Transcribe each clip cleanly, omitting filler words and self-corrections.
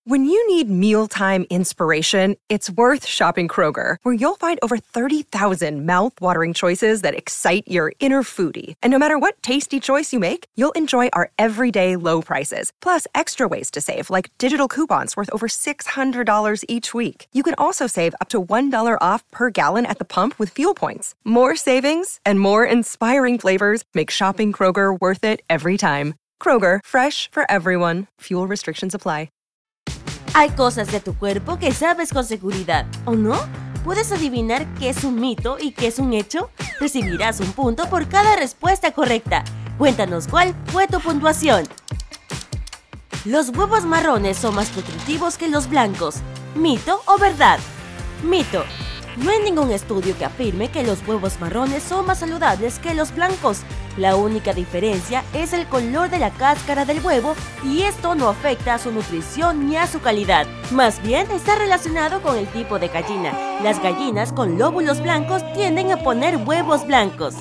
When you need mealtime inspiration, it's worth shopping Kroger, where you'll find over 30,000 mouth-watering choices that excite your inner foodie. And no matter what tasty choice you make, you'll enjoy our everyday low prices, plus extra ways to save, like digital coupons worth over $600 each week. You can also save up to $1 off per gallon at the pump with fuel points. More savings and more inspiring flavors make shopping Kroger worth it every time. Kroger, fresh for everyone. Fuel restrictions apply. Hay cosas de tu cuerpo que sabes con seguridad, ¿o no? ¿Puedes adivinar qué es un mito y qué es un hecho? Recibirás un punto por cada respuesta correcta. Cuéntanos cuál fue tu puntuación. Los huevos marrones son más nutritivos que los blancos. ¿Mito o verdad? Mito. No hay ningún estudio que afirme que los huevos marrones son más saludables que los blancos. La única diferencia es el color de la cáscara del huevo y esto no afecta a su nutrición ni a su calidad. Más bien está relacionado con el tipo de gallina. Las gallinas con lóbulos blancos tienden a poner huevos blancos.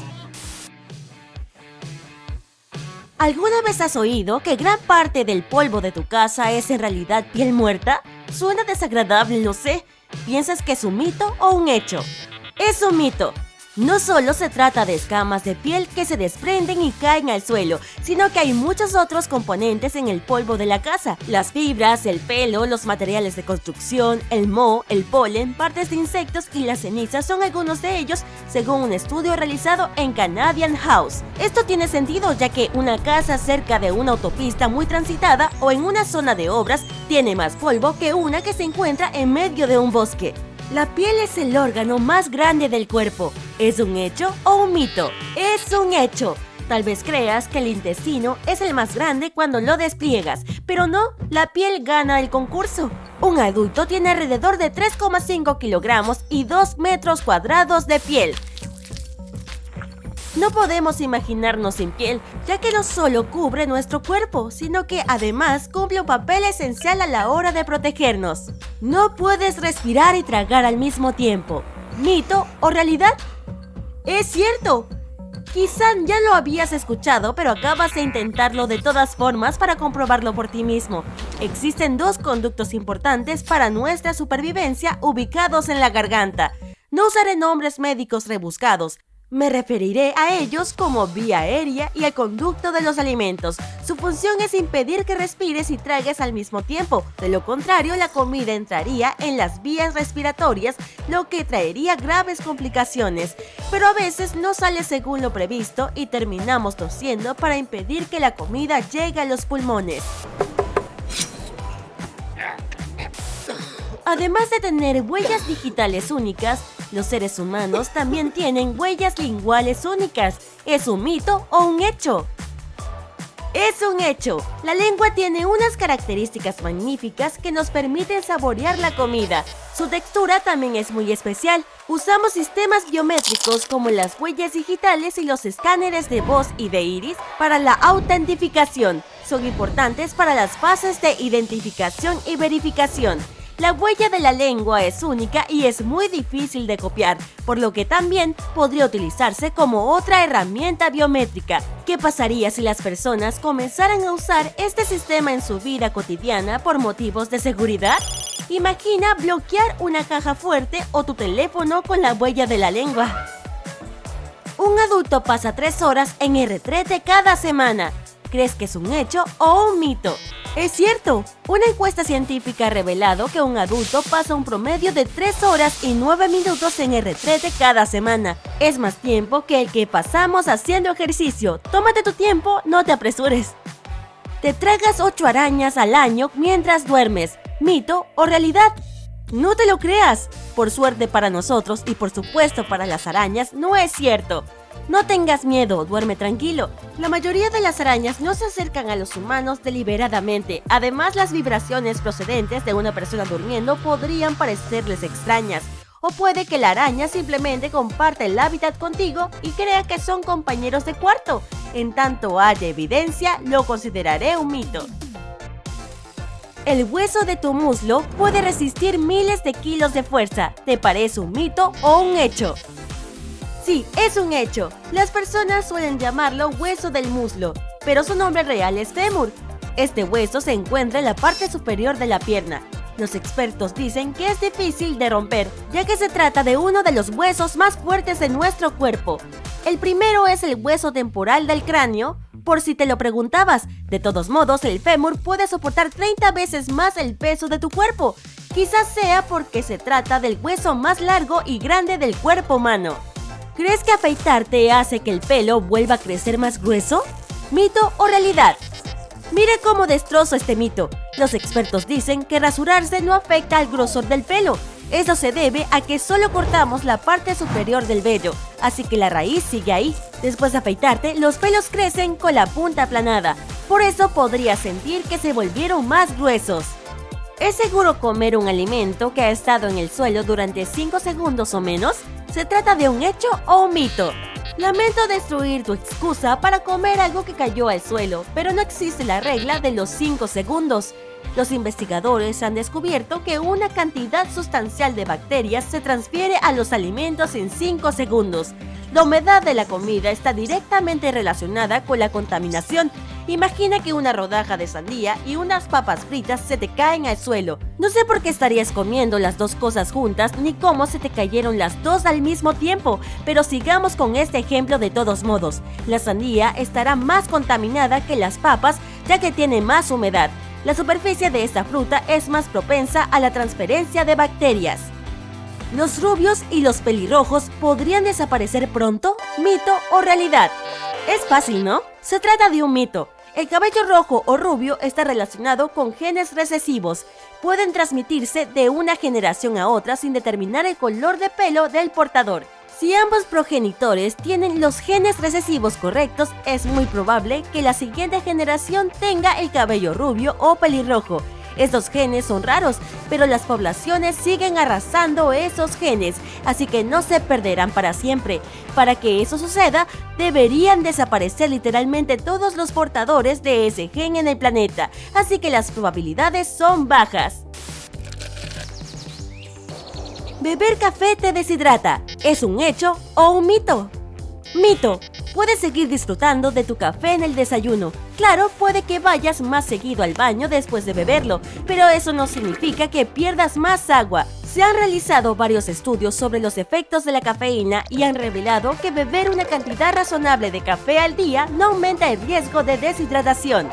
¿Alguna vez has oído que gran parte del polvo de tu casa es en realidad piel muerta? Suena desagradable, lo sé. ¿Piensas que es un mito o un hecho? Es un mito. No solo se trata de escamas de piel que se desprenden y caen al suelo, sino que hay muchos otros componentes en el polvo de la casa. Las fibras, el pelo, los materiales de construcción, el moho, el polen, partes de insectos y las cenizas son algunos de ellos, según un estudio realizado en Canadian House. Esto tiene sentido ya que una casa cerca de una autopista muy transitada o en una zona de obras tiene más polvo que una que se encuentra en medio de un bosque. La piel es el órgano más grande del cuerpo. ¿Es un hecho o un mito? ¡Es un hecho! Tal vez creas que el intestino es el más grande cuando lo despliegas, pero no, la piel gana el concurso. Un adulto tiene alrededor de 3,5 kilogramos y 2 metros cuadrados de piel. No podemos imaginarnos sin piel, ya que no solo cubre nuestro cuerpo, sino que además cumple un papel esencial a la hora de protegernos. No puedes respirar y tragar al mismo tiempo. ¿Mito o realidad? ¡Es cierto! Quizá ya lo habías escuchado, pero acabas de intentarlo de todas formas para comprobarlo por ti mismo. Existen dos conductos importantes para nuestra supervivencia ubicados en la garganta. No usaré nombres médicos rebuscados. Me referiré a ellos como vía aérea y el conducto de los alimentos. Su función es impedir que respires y tragues al mismo tiempo. De lo contrario, la comida entraría en las vías respiratorias, lo que traería graves complicaciones. Pero a veces no sale según lo previsto y terminamos tosiendo para impedir que la comida llegue a los pulmones. Además de tener huellas digitales únicas, los seres humanos también tienen huellas linguales únicas. ¿Es un mito o un hecho? Es un hecho. La lengua tiene unas características magníficas que nos permiten saborear la comida. Su textura también es muy especial. Usamos sistemas biométricos como las huellas digitales y los escáneres de voz y de iris para la autentificación. Son importantes para las fases de identificación y verificación. La huella de la lengua es única y es muy difícil de copiar, por lo que también podría utilizarse como otra herramienta biométrica. ¿Qué pasaría si las personas comenzaran a usar este sistema en su vida cotidiana por motivos de seguridad? Imagina bloquear una caja fuerte o tu teléfono con la huella de la lengua. Un adulto pasa 3 horas en el retrete cada semana. ¿Crees que es un hecho o un mito? Es cierto, una encuesta científica ha revelado que un adulto pasa un promedio de 3 horas y 9 minutos en el retrete cada semana. Es más tiempo que el que pasamos haciendo ejercicio. Tómate tu tiempo, no te apresures. Te tragas 8 arañas al año mientras duermes. ¿Mito o realidad? No te lo creas. Por suerte para nosotros y por supuesto para las arañas, no es cierto. No tengas miedo, duerme tranquilo. La mayoría de las arañas no se acercan a los humanos deliberadamente. Además, las vibraciones procedentes de una persona durmiendo podrían parecerles extrañas. O puede que la araña simplemente comparte el hábitat contigo y crea que son compañeros de cuarto. En tanto haya evidencia, lo consideraré un mito. El hueso de tu muslo puede resistir miles de kilos de fuerza. ¿Te parece un mito o un hecho? Sí, es un hecho. Las personas suelen llamarlo hueso del muslo, pero su nombre real es fémur. Este hueso se encuentra en la parte superior de la pierna. Los expertos dicen que es difícil de romper, ya que se trata de uno de los huesos más fuertes de nuestro cuerpo. El primero es el hueso temporal del cráneo, por si te lo preguntabas. De todos modos, el fémur puede soportar 30 veces más el peso de tu cuerpo. Quizás sea porque se trata del hueso más largo y grande del cuerpo humano. ¿Crees que afeitarte hace que el pelo vuelva a crecer más grueso? ¿Mito o realidad? Mira cómo destrozo este mito. Los expertos dicen que rasurarse no afecta al grosor del pelo. Eso se debe a que solo cortamos la parte superior del vello, así que la raíz sigue ahí. Después de afeitarte, los pelos crecen con la punta aplanada. Por eso podrías sentir que se volvieron más gruesos. ¿Es seguro comer un alimento que ha estado en el suelo durante 5 segundos o menos? ¿Se trata de un hecho o un mito? Lamento destruir tu excusa para comer algo que cayó al suelo, pero no existe la regla de los 5 segundos. Los investigadores han descubierto que una cantidad sustancial de bacterias se transfiere a los alimentos en 5 segundos. La humedad de la comida está directamente relacionada con la contaminación. Imagina que una rodaja de sandía y unas papas fritas se te caen al suelo. No sé por qué estarías comiendo las dos cosas juntas ni cómo se te cayeron las dos al mismo tiempo, pero sigamos con este ejemplo de todos modos. La sandía estará más contaminada que las papas, ya que tiene más humedad. La superficie de esta fruta es más propensa a la transferencia de bacterias. ¿Los rubios y los pelirrojos podrían desaparecer pronto? ¿Mito o realidad? Es fácil, ¿no? Se trata de un mito. El cabello rojo o rubio está relacionado con genes recesivos. Pueden transmitirse de una generación a otra sin determinar el color de pelo del portador. Si ambos progenitores tienen los genes recesivos correctos, es muy probable que la siguiente generación tenga el cabello rubio o pelirrojo. Estos genes son raros, pero las poblaciones siguen arrasando esos genes, así que no se perderán para siempre. Para que eso suceda, deberían desaparecer literalmente todos los portadores de ese gen en el planeta, así que las probabilidades son bajas. ¿Beber café te deshidrata? ¿Es un hecho o un mito? Mito. Puedes seguir disfrutando de tu café en el desayuno. Claro, puede que vayas más seguido al baño después de beberlo, pero eso no significa que pierdas más agua. Se han realizado varios estudios sobre los efectos de la cafeína y han revelado que beber una cantidad razonable de café al día no aumenta el riesgo de deshidratación.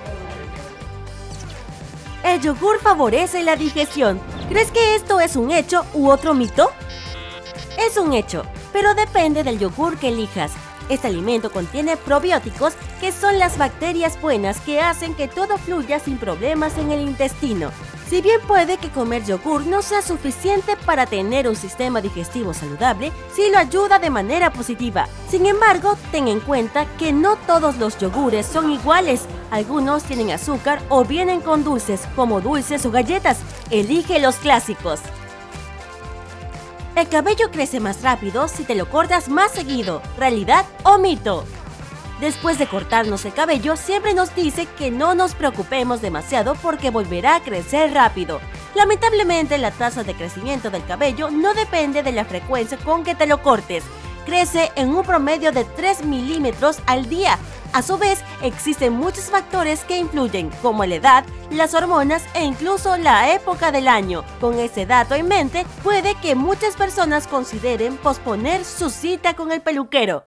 ¿El yogur favorece la digestión? ¿Crees que esto es un hecho u otro mito? Es un hecho, pero depende del yogur que elijas. Este alimento contiene probióticos, que son las bacterias buenas que hacen que todo fluya sin problemas en el intestino. Si bien puede que comer yogur no sea suficiente para tener un sistema digestivo saludable, sí lo ayuda de manera positiva. Sin embargo, ten en cuenta que no todos los yogures son iguales. Algunos tienen azúcar o vienen con dulces, como dulces o galletas. Elige los clásicos. El cabello crece más rápido si te lo cortas más seguido. ¿Realidad o mito? Después de cortarnos el cabello, siempre nos dice que no nos preocupemos demasiado porque volverá a crecer rápido. Lamentablemente, la tasa de crecimiento del cabello no depende de la frecuencia con que te lo cortes. Crece en un promedio de 3 milímetros al día. A su vez, existen muchos factores que influyen, como la edad, las hormonas e incluso la época del año. Con ese dato en mente, puede que muchas personas consideren posponer su cita con el peluquero.